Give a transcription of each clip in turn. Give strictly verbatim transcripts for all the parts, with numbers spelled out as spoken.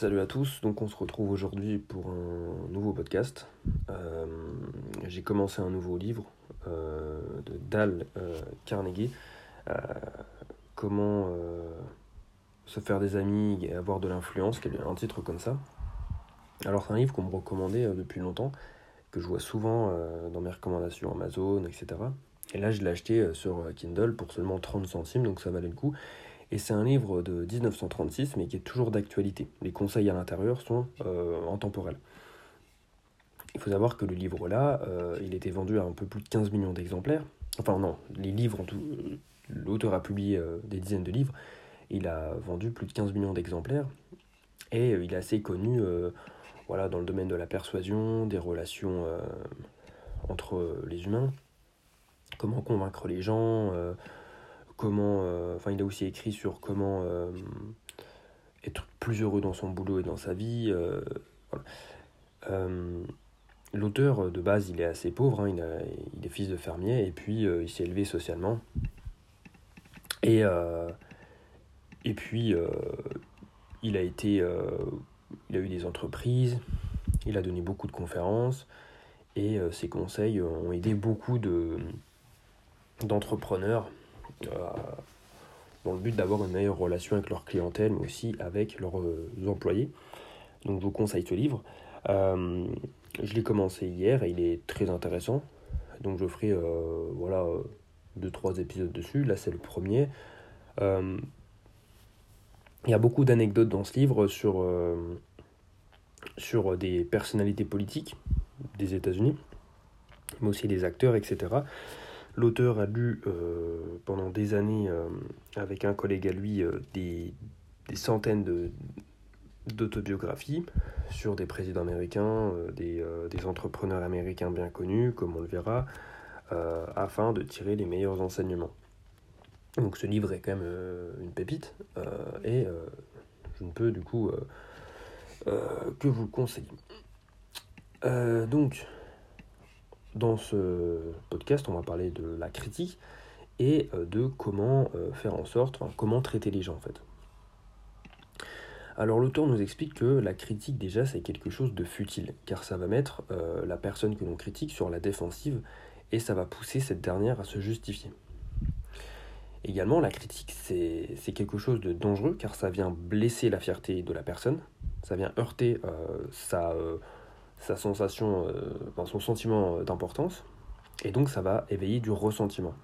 Salut à tous, donc on se retrouve aujourd'hui pour un nouveau podcast. Euh, j'ai commencé un nouveau livre euh, de Dale euh, Carnegie, euh, Comment euh, se faire des amis et avoir de l'influence, qui est un titre comme ça. Alors c'est un livre qu'on me recommandait euh, depuis longtemps, que je vois souvent euh, dans mes recommandations Amazon, et cetera. Et là je l'ai acheté euh, sur Kindle pour seulement trente centimes, donc ça valait le coup. Et c'est un livre de dix-neuf cent trente-six, mais qui est toujours d'actualité. Les conseils à l'intérieur sont euh, intemporels. Il faut savoir que le livre-là, euh, il était vendu à un peu plus de quinze millions d'exemplaires. Enfin non, les livres, en tout, l'auteur a publié euh, des dizaines de livres. Il a vendu plus de quinze millions d'exemplaires. Et euh, il est assez connu euh, voilà, dans le domaine de la persuasion, des relations euh, entre les humains. Comment convaincre les gens, euh, comment... euh, Enfin, il a aussi écrit sur comment... euh, être plus heureux dans son boulot et dans sa vie. Euh, voilà. euh, L'auteur, de base, il est assez pauvre, hein, il, a, il est fils de fermier, et puis euh, il s'est élevé socialement. Et, euh, et puis, euh, il a été... Euh, il a eu des entreprises, il a donné beaucoup de conférences, et euh, ses conseils ont aidé beaucoup de, d'entrepreneurs euh, dans le but d'avoir une meilleure relation avec leur clientèle, mais aussi avec leurs euh, employés. Donc je vous conseille ce livre. Euh, je l'ai commencé hier et il est très intéressant. Donc je ferai euh, voilà, deux trois épisodes dessus. Là c'est le premier. Euh, il y a beaucoup d'anecdotes dans ce livre sur, euh, sur des personnalités politiques des États-Unis, mais aussi des acteurs, et cetera. L'auteur a lu euh, pendant des années euh, avec un collègue à lui euh, des, des centaines de d'autobiographies sur des présidents américains, euh, des, euh, des entrepreneurs américains bien connus, comme on le verra, euh, afin de tirer les meilleurs enseignements. Donc ce livre est quand même euh, une pépite, euh, et euh, je ne peux du coup euh, euh, que vous le conseiller. Euh, donc, dans ce podcast, on va parler de la critique et euh, de comment euh, faire en sorte, enfin, comment traiter les gens en fait. Alors l'auteur nous explique que la critique déjà c'est quelque chose de futile, car ça va mettre euh, la personne que l'on critique sur la défensive et ça va pousser cette dernière à se justifier. Également la critique c'est, c'est quelque chose de dangereux car ça vient blesser la fierté de la personne, ça vient heurter euh, sa, euh, sa sensation, euh, enfin, son sentiment d'importance et donc ça va éveiller du ressentiment.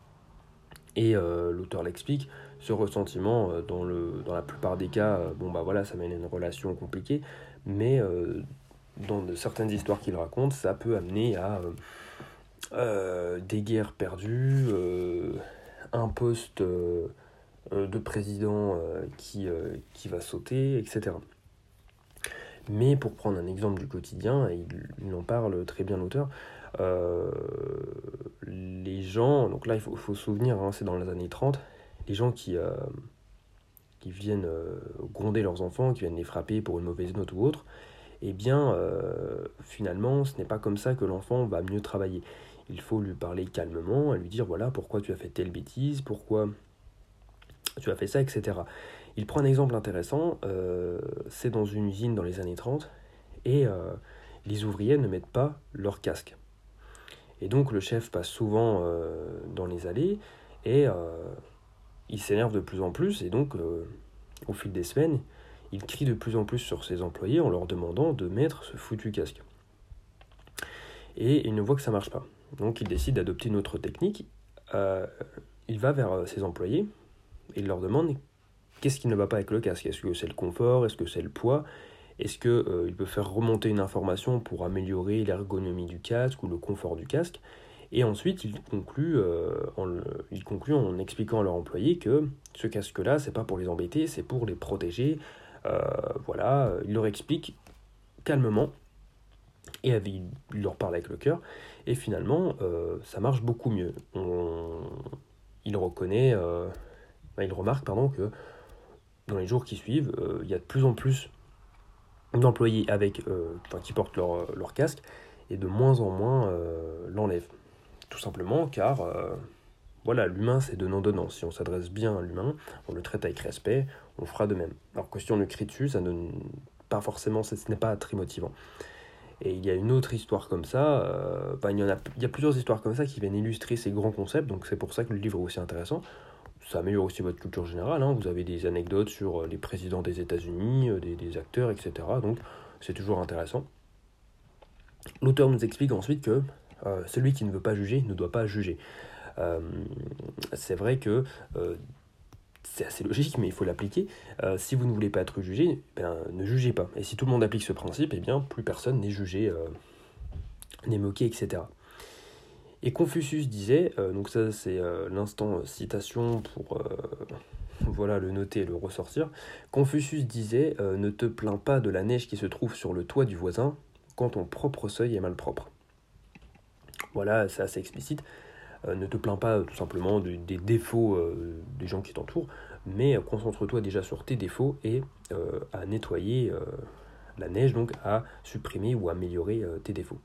Et euh, l'auteur l'explique, ce ressentiment, euh, dans, le, dans la plupart des cas, euh, bon bah voilà, ça mène à une relation compliquée, mais euh, dans de certaines histoires qu'il raconte, ça peut amener à euh, euh, des guerres perdues, euh, un poste euh, de président euh, qui, euh, qui va sauter, et cetera. Mais pour prendre un exemple du quotidien, et il, il en parle très bien l'auteur, euh, les gens, donc là il faut, faut se souvenir, hein, c'est dans les années trente, les gens qui, euh, qui viennent euh, gronder leurs enfants, qui viennent les frapper pour une mauvaise note ou autre, eh bien euh, finalement ce n'est pas comme ça que l'enfant va mieux travailler. Il faut lui parler calmement, et lui dire voilà pourquoi tu as fait telle bêtise, pourquoi tu as fait ça, et cetera. Il prend un exemple intéressant, euh, c'est dans une usine dans les années trente, et euh, les ouvriers ne mettent pas leur casque. Et donc le chef passe souvent euh, dans les allées, et euh, il s'énerve de plus en plus, et donc euh, au fil des semaines, il crie de plus en plus sur ses employés en leur demandant de mettre ce foutu casque. Et il ne voit que ça ne marche pas. Donc il décide d'adopter une autre technique. Euh, il va vers ses employés, et il leur demande qu'est-ce qui ne va pas avec le casque. Est-ce que c'est le confort? Est-ce que c'est le poids? Est-ce qu'il euh, peut faire remonter une information pour améliorer l'ergonomie du casque ou le confort du casque? Et ensuite, il conclut, euh, en, il conclut en expliquant à leur employé que ce casque-là, c'est pas pour les embêter, c'est pour les protéger. Euh, voilà, il leur explique calmement, et il leur parle avec le cœur, et finalement, euh, ça marche beaucoup mieux. On, il reconnaît, euh, ben, il remarque pardon, que dans les jours qui suivent, euh, il y a de plus en plus d'employés avec, euh, enfin, qui portent leur, leur casque, et de moins en moins euh, l'enlèvent. Tout simplement car euh, voilà, l'humain c'est donnant-donnant. Si on s'adresse bien à l'humain, on le traite avec respect, on fera de même. Alors que si on le crie dessus, ça ne, pas forcément, ce n'est pas très motivant. Et il y a une autre histoire comme ça, euh, enfin, il y en a, il y a plusieurs histoires comme ça qui viennent illustrer ces grands concepts, donc c'est pour ça que le livre est aussi intéressant. Ça améliore aussi votre culture générale, hein. Vous avez des anecdotes sur les présidents des États-Unis, des, des acteurs, et cetera. Donc c'est toujours intéressant. L'auteur nous explique ensuite que euh, celui qui ne veut pas juger ne doit pas juger. Euh, c'est vrai que euh, c'est assez logique, mais il faut l'appliquer. Euh, si vous ne voulez pas être jugé, ben, ne jugez pas. Et si tout le monde applique ce principe, eh bien, plus personne n'est jugé, euh, n'est moqué, et cetera. Et Confucius disait, euh, donc ça c'est euh, l'instant citation pour euh, voilà, le noter et le ressortir. Confucius disait euh, « Ne te plains pas de la neige qui se trouve sur le toit du voisin quand ton propre seuil est malpropre. » Voilà, c'est assez explicite. Euh, ne te plains pas tout simplement de, des défauts euh, des gens qui t'entourent, mais euh, concentre-toi déjà sur tes défauts et euh, à nettoyer euh, la neige, donc à supprimer ou améliorer euh, tes défauts.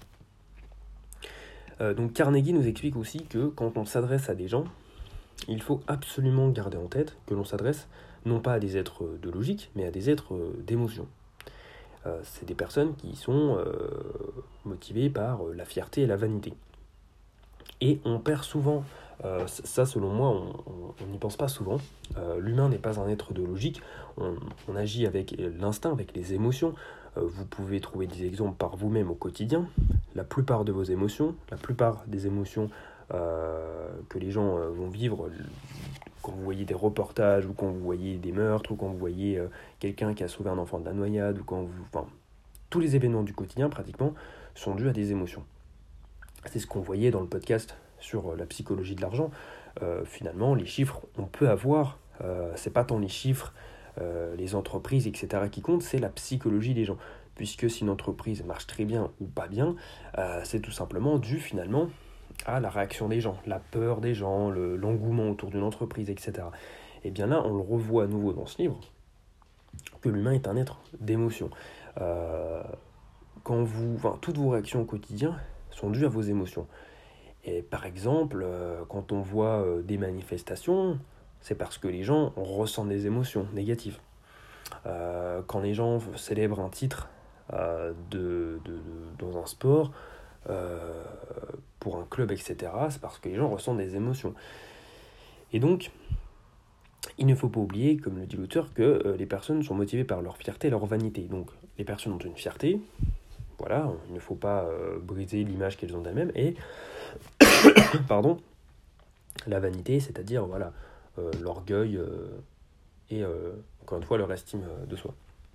Euh, donc Carnegie nous explique aussi que quand on s'adresse à des gens, il faut absolument garder en tête que l'on s'adresse non pas à des êtres de logique, mais à des êtres d'émotion. Euh, c'est des personnes qui sont euh, motivées par la fierté et la vanité. Et on perd souvent, euh, ça selon moi, on n'y pense pas souvent, euh, l'humain n'est pas un être de logique, on, on agit avec l'instinct, avec les émotions. Euh, vous pouvez trouver des exemples par vous-même au quotidien. La plupart de vos émotions, la plupart des émotions euh, que les gens euh, vont vivre, quand vous voyez des reportages, ou quand vous voyez des meurtres, ou quand vous voyez euh, quelqu'un qui a sauvé un enfant de la noyade, ou quand vous... Enfin, tous les événements du quotidien, pratiquement, sont dus à des émotions. C'est ce qu'on voyait dans le podcast sur la psychologie de l'argent. Euh, finalement, les chiffres, on peut avoir, euh, c'est pas tant les chiffres, euh, les entreprises, et cetera qui comptent, c'est la psychologie des gens. Puisque si une entreprise marche très bien ou pas bien, euh, c'est tout simplement dû finalement à la réaction des gens, la peur des gens, le, l'engouement autour d'une entreprise, et cetera. Et bien là, on le revoit à nouveau dans ce livre, que l'humain est un être d'émotion. Euh, quand vous, enfin, toutes vos réactions au quotidien sont dues à vos émotions. Et par exemple, euh, quand on voit euh, des manifestations, c'est parce que les gens ressentent des émotions négatives. Euh, quand les gens célèbrent un titre euh, de, de, de, dans un sport, euh, pour un club, et cetera, c'est parce que les gens ressentent des émotions. Et donc, il ne faut pas oublier, comme le dit l'auteur, que euh, les personnes sont motivées par leur fierté et leur vanité. Donc, les personnes ont une fierté, voilà, il ne faut pas euh, briser l'image qu'elles ont d'elles-mêmes, et pardon, la vanité, c'est-à-dire voilà, euh, l'orgueil euh, et euh, encore une fois leur estime de soi.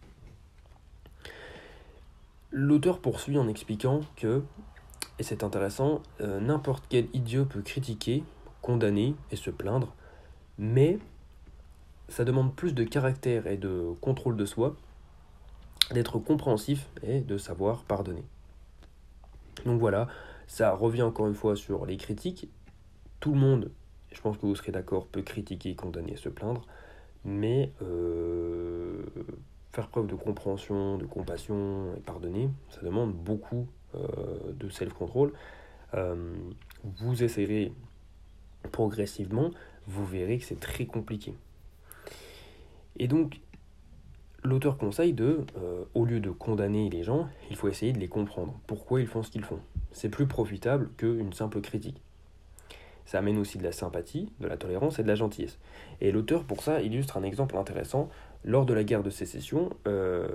L'auteur poursuit en expliquant que, et c'est intéressant, euh, n'importe quel idiot peut critiquer, condamner et se plaindre, mais ça demande plus de caractère et de contrôle de soi, d'être compréhensif et de savoir pardonner. Donc voilà, ça revient encore une fois sur les critiques. Tout le monde, je pense que vous serez d'accord, peut critiquer, condamner, se plaindre, mais euh, faire preuve de compréhension, de compassion et pardonner, ça demande beaucoup euh, de self-control. Euh, vous essayerez progressivement, vous verrez que c'est très compliqué. Et donc, l'auteur conseille de, euh, au lieu de condamner les gens, il faut essayer de les comprendre. Pourquoi ils font ce qu'ils font. C'est plus profitable qu'une simple critique. Ça amène aussi de la sympathie, de la tolérance et de la gentillesse. Et l'auteur, pour ça, illustre un exemple intéressant. Lors de la guerre de sécession, euh,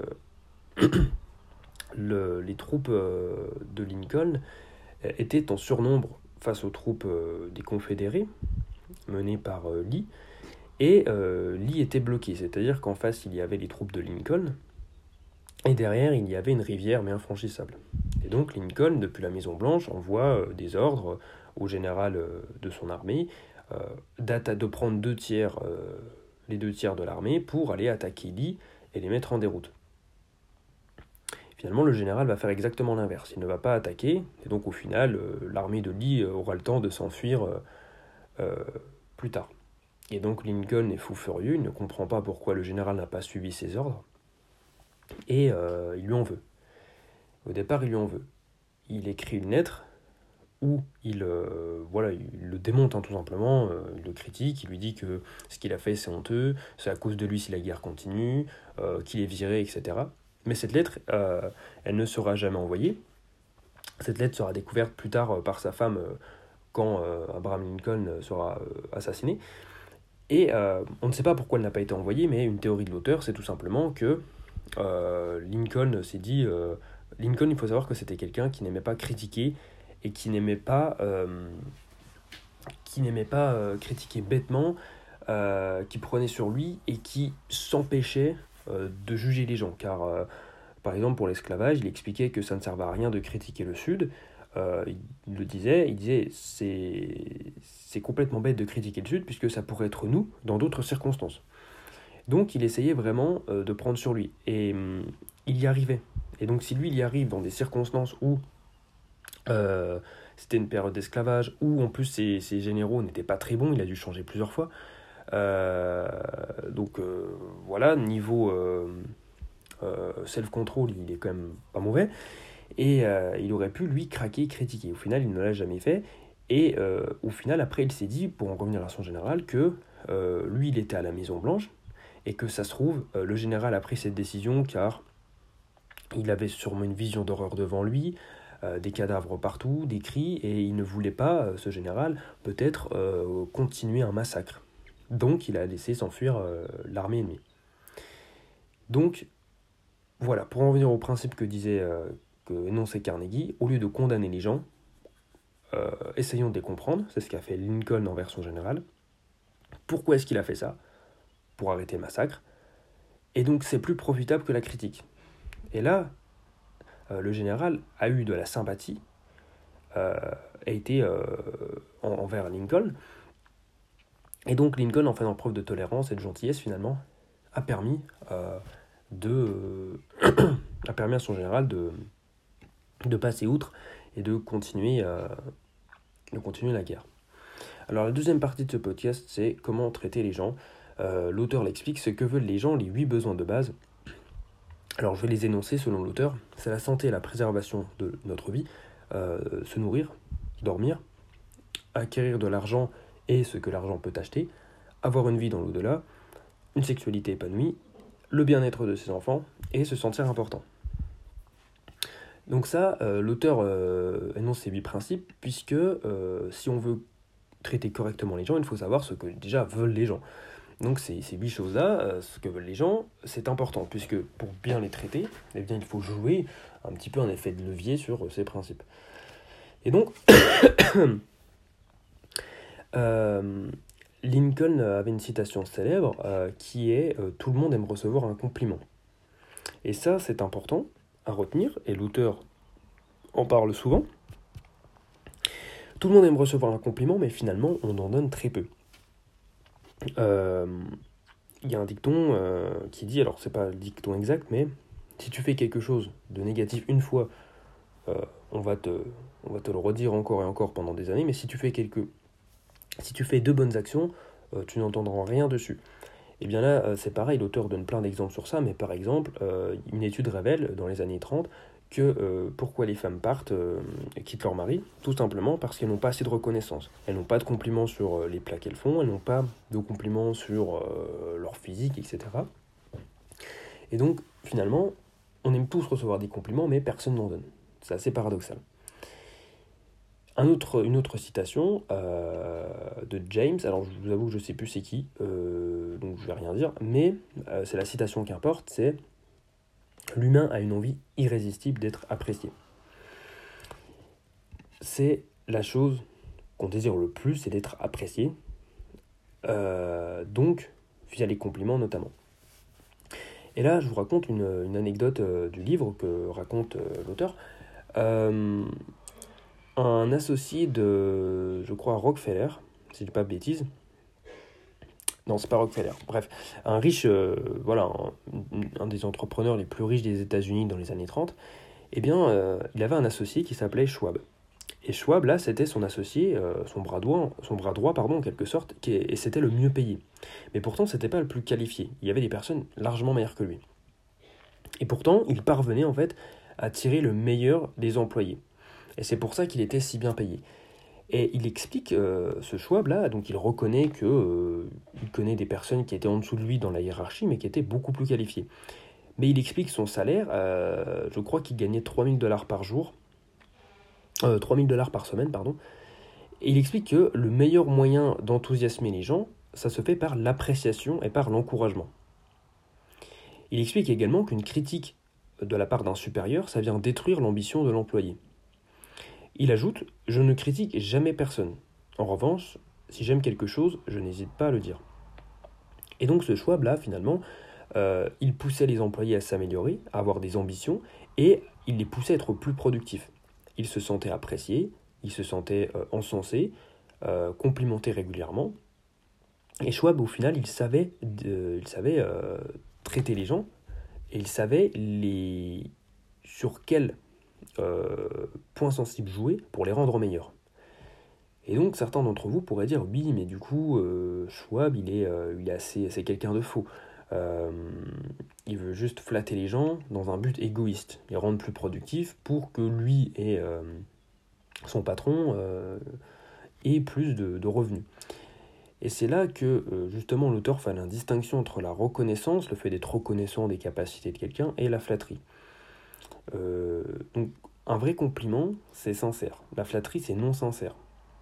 le, les troupes euh, de Lincoln étaient en surnombre face aux troupes euh, des Confédérés, menées par euh, Lee, et euh, Lee était bloqué, c'est-à-dire qu'en face, il y avait les troupes de Lincoln, et derrière, il y avait une rivière, mais infranchissable. Et donc Lincoln, depuis la Maison-Blanche, envoie euh, des ordres au général euh, de son armée euh, de prendre deux tiers, euh, les deux tiers de l'armée pour aller attaquer Lee et les mettre en déroute. Finalement, le général va faire exactement l'inverse. Il ne va pas attaquer, et donc au final, euh, l'armée de Lee aura le temps de s'enfuir euh, euh, plus tard. Et donc Lincoln est fou furieux, il ne comprend pas pourquoi le général n'a pas suivi ses ordres, et euh, il lui en veut. Au départ, il lui en veut. Il écrit une lettre où il, euh, voilà, il le démonte hein, tout simplement, euh, il le critique, il lui dit que ce qu'il a fait c'est honteux, c'est à cause de lui si la guerre continue, euh, qu'il est viré, et cetera. Mais cette lettre, euh, elle ne sera jamais envoyée. Cette lettre sera découverte plus tard euh, par sa femme euh, quand euh, Abraham Lincoln sera euh, assassiné. Et euh, on ne sait pas pourquoi elle n'a pas été envoyée, mais une théorie de l'auteur, c'est tout simplement que euh, Lincoln s'est dit... Euh, Lincoln, il faut savoir que c'était quelqu'un qui n'aimait pas critiquer et qui n'aimait pas, euh, qui n'aimait pas euh, critiquer bêtement, euh, qui prenait sur lui et qui s'empêchait euh, de juger les gens. Car, euh, par exemple, pour l'esclavage, il expliquait que ça ne servait à rien de critiquer le Sud. Euh, il le disait, il disait c'est, c'est complètement bête de critiquer le Sud puisque ça pourrait être nous dans d'autres circonstances. Donc il essayait vraiment euh, de prendre sur lui et hum, il y arrivait. Et donc si lui il y arrive dans des circonstances où euh, c'était une période d'esclavage, où en plus ses, ses généraux n'étaient pas très bons, il a dû changer plusieurs fois. Euh, donc euh, voilà, niveau euh, euh, self-control, il est quand même pas mauvais. Et euh, il aurait pu, lui, craquer, critiquer. Au final, il ne l'a jamais fait. Et euh, au final, après, il s'est dit, pour en revenir à son général, que euh, lui, il était à la Maison-Blanche, et que ça se trouve, euh, le général a pris cette décision car il avait sûrement une vision d'horreur devant lui, euh, des cadavres partout, des cris, et il ne voulait pas, euh, ce général, peut-être euh, continuer un massacre. Donc, il a laissé s'enfuir euh, l'armée ennemie. Donc, voilà, pour en revenir au principe que disait... Euh, que énonçait Carnegie, au lieu de condamner les gens, euh, essayons de les comprendre, c'est ce qu'a fait Lincoln envers son général. Pourquoi est-ce qu'il a fait ça? Pour arrêter le massacre. Et donc c'est plus profitable que la critique. Et là, euh, le général a eu de la sympathie, euh, a été euh, en, envers Lincoln, et donc Lincoln, en faisant preuve de tolérance et de gentillesse finalement, a permis, euh, de, a permis à son général de de passer outre et de continuer, euh, de continuer la guerre. Alors la deuxième partie de ce podcast, c'est comment traiter les gens. Euh, l'auteur l'explique, ce que veulent les gens, les huit besoins de base. Alors je vais les énoncer selon l'auteur. C'est la santé et la préservation de notre vie, euh, se nourrir, dormir, acquérir de l'argent et ce que l'argent peut acheter, avoir une vie dans l'au-delà, une sexualité épanouie, le bien-être de ses enfants et se sentir important. Donc ça, euh, l'auteur euh, énonce ces huit principes, puisque euh, si on veut traiter correctement les gens, il faut savoir ce que déjà veulent les gens. Donc ces, ces huit choses-là, euh, ce que veulent les gens, c'est important, puisque pour bien les traiter, eh bien, il faut jouer un petit peu un effet de levier sur euh, ces principes. Et donc, euh, Lincoln avait une citation célèbre euh, qui est euh, « Tout le monde aime recevoir un compliment ». Et ça, c'est important à retenir, et l'auteur en parle souvent. Tout le monde aime recevoir un compliment, mais finalement, on en donne très peu. Il euh, y a un dicton euh, qui dit, alors c'est pas le dicton exact, mais si tu fais quelque chose de négatif une fois, euh, on, va te, on va te le redire encore et encore pendant des années, mais si tu fais, quelque, si tu fais deux bonnes actions, euh, tu n'entendras rien dessus. Et bien là, euh, c'est pareil, l'auteur donne plein d'exemples sur ça, mais par exemple, euh, une étude révèle, dans les années trente, que euh, pourquoi les femmes partent, euh, quittent leur mari, tout simplement parce qu'elles n'ont pas assez de reconnaissance. Elles n'ont pas de compliments sur euh, les plats qu'elles font, elles n'ont pas de compliments sur euh, leur physique, et cetera. Et donc, finalement, on aime tous recevoir des compliments, mais personne n'en donne. C'est assez paradoxal. Un autre, une autre citation euh, de James, alors je vous avoue que je ne sais plus c'est qui, euh, donc je ne vais rien dire, mais euh, c'est la citation qui importe, c'est « L'humain a une envie irrésistible d'être apprécié ». C'est la chose qu'on désire le plus, c'est d'être apprécié, euh, donc via les compliments notamment. Et là, je vous raconte une, une anecdote euh, du livre que raconte euh, l'auteur. Euh, un associé de, je crois, Rockefeller, si je ne dis pas de bêtises. Non, c'est pas Rockefeller. Bref, un riche, euh, voilà, un, un des entrepreneurs les plus riches des États-Unis dans les années trente, eh bien, euh, il avait un associé qui s'appelait Schwab. Et Schwab, là, c'était son associé, euh, son bras droit, son bras droit, pardon, en quelque sorte, qui est, et c'était le mieux payé. Mais pourtant, c'était pas le plus qualifié. Il y avait des personnes largement meilleures que lui. Et pourtant, il parvenait, en fait, à tirer le meilleur des employés. Et c'est pour ça qu'il était si bien payé. Et il explique, euh, ce Schwab-là, donc il reconnaît que euh, il connaît des personnes qui étaient en dessous de lui dans la hiérarchie, mais qui étaient beaucoup plus qualifiées. Mais il explique son salaire, euh, je crois qu'il gagnait trois mille dollars par jour, euh, trois mille dollars par semaine, pardon. Et il explique que le meilleur moyen d'enthousiasmer les gens, ça se fait par l'appréciation et par l'encouragement. Il explique également qu'une critique de la part d'un supérieur, ça vient détruire l'ambition de l'employé. Il ajoute « Je ne critique jamais personne. En revanche, si j'aime quelque chose, je n'hésite pas à le dire. » Et donc ce Schwab-là, finalement, euh, il poussait les employés à s'améliorer, à avoir des ambitions, et il les poussait à être plus productifs. Ils se sentaient appréciés, ils se sentaient euh, encensés, euh, complimentés régulièrement. Et Schwab, au final, il savait, de, il savait euh, traiter les gens, et il savait les, sur quels euh, points sensibles jouer pour les rendre meilleurs. Et donc certains d'entre vous pourraient dire oui, mais du coup euh, Schwab il est, euh, il est assez, c'est quelqu'un de faux. Euh, il veut juste flatter les gens dans un but égoïste, les rendre plus productifs pour que lui et euh, son patron euh, aient plus de, de revenus. Et c'est là que euh, justement l'auteur fait la distinction entre la reconnaissance, le fait d'être reconnaissant des capacités de quelqu'un, et la flatterie. Euh, donc un vrai compliment, c'est sincère. La flatterie, c'est non sincère.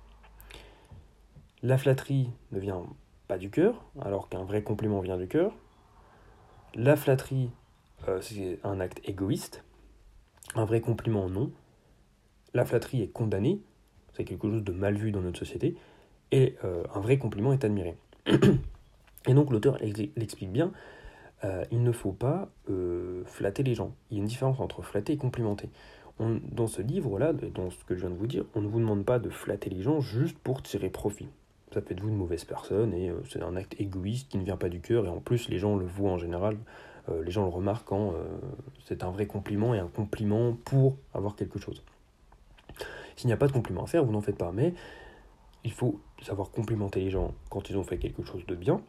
La flatterie ne vient pas du cœur, alors qu'un vrai compliment vient du cœur. La flatterie, euh, c'est un acte égoïste. Un vrai compliment, non. La flatterie est condamnée, c'est quelque chose de mal vu dans notre société, et euh, un vrai compliment est admiré. Et donc l'auteur l'explique bien, euh, il ne faut pas euh, flatter les gens. Il y a une différence entre flatter et complimenter. On, dans ce livre-là, dans ce que je viens de vous dire, on ne vous demande pas de flatter les gens juste pour tirer profit. Ça fait de vous une mauvaise personne et euh, c'est un acte égoïste qui ne vient pas du cœur et en plus les gens le voient en général, euh, les gens le remarquent quand euh, c'est un vrai compliment et un compliment pour avoir quelque chose. S'il n'y a pas de compliment à faire, vous n'en faites pas, mais il faut savoir complimenter les gens quand ils ont fait quelque chose de bien.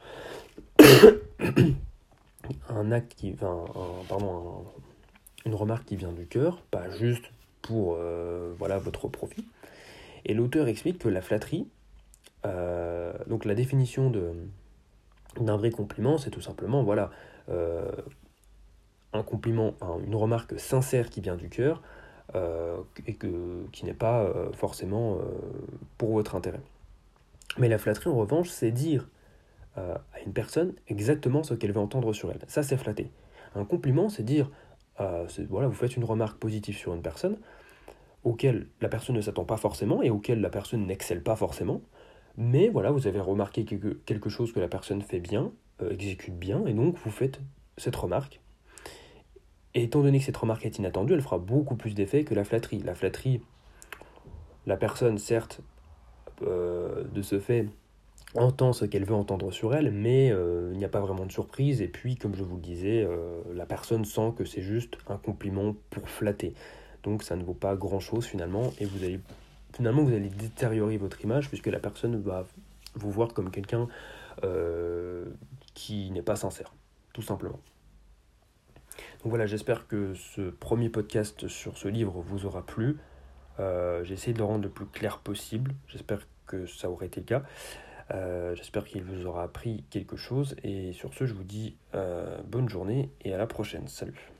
un acte qui, enfin, un, pardon, un, une remarque qui vient du cœur, pas juste pour euh, voilà, votre profit. Et l'auteur explique que la flatterie, Euh, donc la définition de, d'un vrai compliment, c'est tout simplement voilà, euh, un compliment, une remarque sincère qui vient du cœur euh, et que, qui n'est pas euh, forcément euh, pour votre intérêt. Mais la flatterie en revanche, c'est dire euh, à une personne exactement ce qu'elle veut entendre sur elle. Ça, c'est flatter. Un compliment, c'est dire euh, c'est, voilà, vous faites une remarque positive sur une personne auquel la personne ne s'attend pas forcément et auquel la personne n'excelle pas forcément. Mais voilà, vous avez remarqué quelque, quelque chose que la personne fait bien, euh, exécute bien, et donc vous faites cette remarque. Et étant donné que cette remarque est inattendue, elle fera beaucoup plus d'effet que la flatterie. La flatterie, la personne, certes, euh, de ce fait, entend ce qu'elle veut entendre sur elle, mais euh, il n'y a pas vraiment de surprise. Et puis, comme je vous le disais, euh, la personne sent que c'est juste un compliment pour flatter. Donc ça ne vaut pas grand-chose finalement, et vous allez finalement vous allez détériorer votre image puisque la personne va vous voir comme quelqu'un euh, qui n'est pas sincère, tout simplement. Donc voilà, j'espère que ce premier podcast sur ce livre vous aura plu. Euh, j'ai essayé de le rendre le plus clair possible, j'espère que ça aurait été le cas. Euh, j'espère qu'il vous aura appris quelque chose, et sur ce je vous dis euh, bonne journée et à la prochaine, salut.